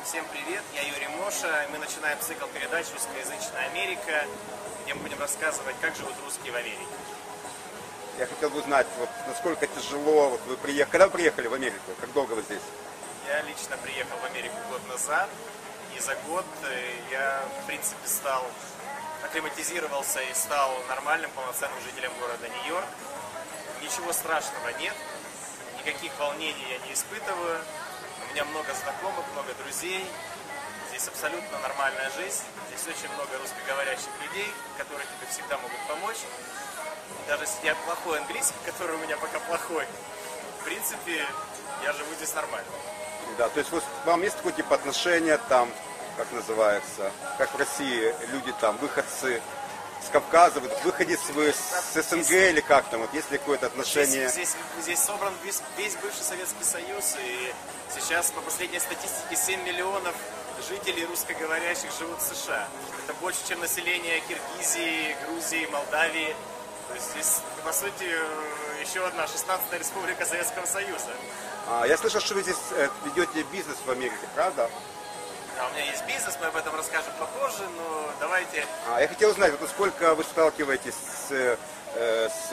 Всем привет, я Юрий Моша, и мы начинаем цикл передач «Русскоязычная Америка», где мы будем рассказывать, как живут русские в Америке. Я хотел бы узнать, вот, насколько тяжело, вот вы приехали, когда вы приехали в Америку, как долго вы здесь? Я лично приехал в Америку год назад, и за год я, в принципе, акклиматизировался и стал нормальным, полноценным жителем города Нью-Йорк. Ничего страшного нет, никаких волнений я не испытываю. У меня много знакомых, много друзей. Здесь абсолютно нормальная жизнь. Здесь очень много русскоговорящих людей, которые тебе всегда могут помочь. И даже если я плохой английский, который у меня пока плохой, в принципе, я живу здесь нормально. Да, то есть вам есть такой тип отношения там, как называется, как в России люди там, выходцы с Кавказа, выходец с СНГ или как там, вот есть ли какое-то отношение? Здесь собран весь бывший Советский Союз, и сейчас по последней статистике 7 миллионов жителей русскоговорящих живут в США. Это больше, чем население Киргизии, Грузии, Молдавии. То есть здесь, по сути, еще одна 16-я республика Советского Союза. Я слышал, что вы здесь ведете бизнес в Америке, правда? Да, у меня есть бизнес, мы об этом расскажем попозже, но давайте... Я хотел узнать, вот насколько вы сталкиваетесь с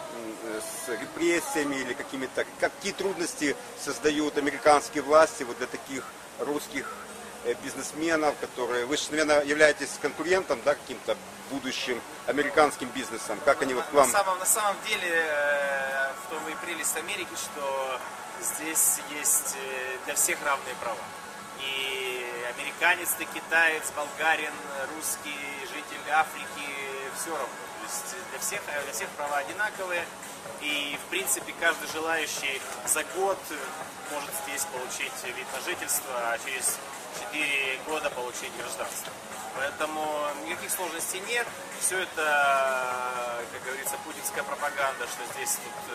репрессиями или какими-то, какие трудности создают американские власти вот для таких русских бизнесменов, которые, вы же, наверное, являетесь конкурентом, да, каким-то будущим американским бизнесом, как они вот к вам... На самом деле, в том и прелесть Америки, что здесь есть для всех равные права. И американец, ты китаец, болгарин, русский, житель Африки, все равно. То есть для всех права одинаковые. И, в принципе, каждый желающий за год может здесь получить вид на жительство, а через 4 года получить гражданство. Поэтому никаких сложностей нет. Все это, как говорится, путинская пропаганда, что здесь тут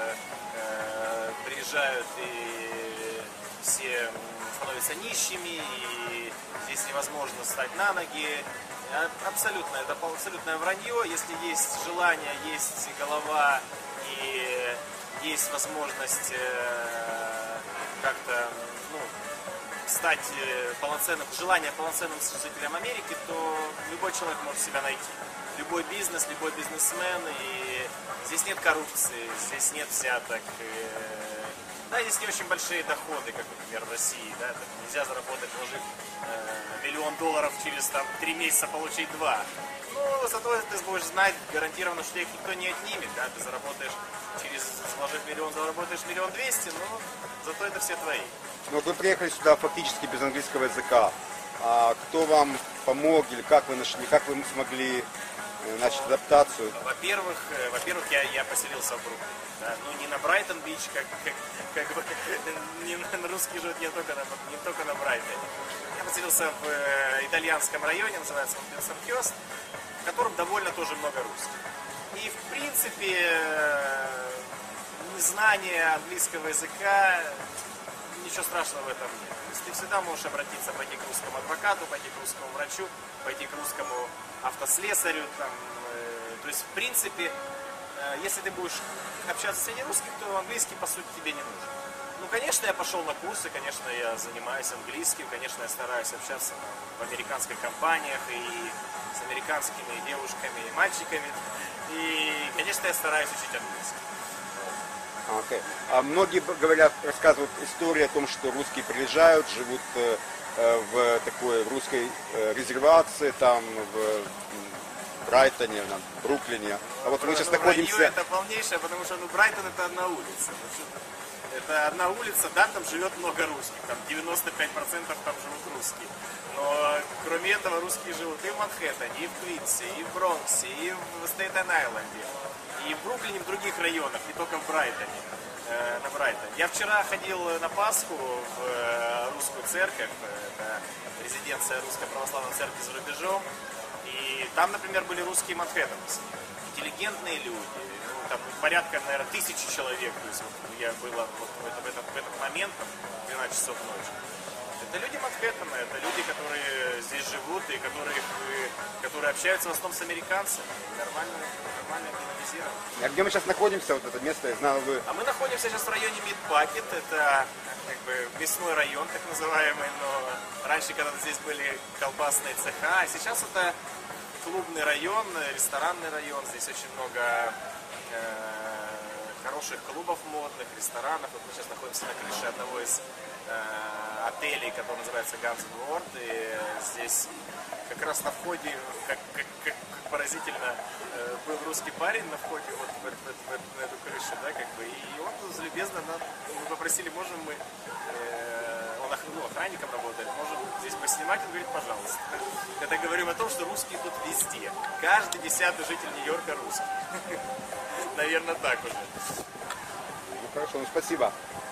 приезжают и все становятся нищими, и здесь невозможно встать на ноги. Это абсолютное вранье. Если есть желание, есть голова и есть возможность как-то стать желание полноценным жителем Америки, то любой человек может себя найти. Любой бизнес, любой бизнесмен, и здесь нет коррупции, здесь нет взяток. Да, здесь не очень большие доходы, как, например, в России. Да? Нельзя заработать, вложив $1 миллион, через 3 месяца получить 2. Но зато ты будешь знать гарантированно, что их никто не отнимет. Да? Ты вложив $1 миллион, заработаешь $1 200 000, но зато это все твои. Ну, вы приехали сюда фактически без английского языка. А кто вам помог или как вы смогли начать адаптацию? Во-первых, я поселился в Бруклине. Да? Ну, не на Брайтон-Бич, как бы русские живут не только на Брайтоне. Я поселился в итальянском районе, называется Пенсенхёст, в котором довольно тоже много русских. И, в принципе, незнание английского языка, ничего страшного в этом нет. То есть ты всегда можешь обратиться, пойти к русскому адвокату, пойти к русскому врачу, пойти к русскому автослесарю. То есть, в принципе, если ты будешь общаться с русским, то английский, по сути, тебе не нужен. Ну, конечно, я пошел на курсы, конечно, я занимаюсь английским, конечно, я стараюсь общаться в американских компаниях и с американскими девушками и мальчиками. И, конечно, я стараюсь учить английский. Okay. А многие рассказывают истории о том, что русские приезжают, живут в русской резервации, там в Брайтоне, в Бруклине. А вот мы сейчас находимся... Это полнейшее, потому что Брайтон это одна улица. Это одна улица, да, там живет много русских, там 95% там живут русские. Но кроме этого русские живут и в Манхэттене, и в Квинсе, и в Бронксе, и в Стейтен-Айленде, и в Бруклине, в других районах, не только в Брайтоне, на Брайтон. Я вчера ходил на Пасху в русскую церковь, это резиденция Русской Православной Церкви за рубежом, и там, например, были русские манхэттенцы, интеллигентные люди, там порядка, наверное, 1000 человек, то есть я был в этот момент, там, 12 часов ночи. Это люди Манхэттена, это люди, которые здесь живут и которые общаются в основном с американцами. Нормально гипнотизированы. А где мы сейчас находимся, вот это место, я знал, вы... А мы находимся сейчас в районе Мидпакет, это как бы мясной район, так называемый, но раньше когда-то здесь были колбасные цеха, а сейчас это клубный район, ресторанный район, здесь очень много хороших клубов модных, ресторанов. Вот мы сейчас находимся на крыше одного из отелей, который называется Guns N' World, и здесь как раз на входе, как поразительно, был русский парень на входе вот в эту крышу, да, как бы, и он любезно мы попросили, можем мы, он охранником работает, можем здесь поснимать, он говорит, пожалуйста. Это говорим о том, что русские тут везде, каждый 10-й житель Нью-Йорка русский. Наверное, так уже. Ну хорошо, ну спасибо.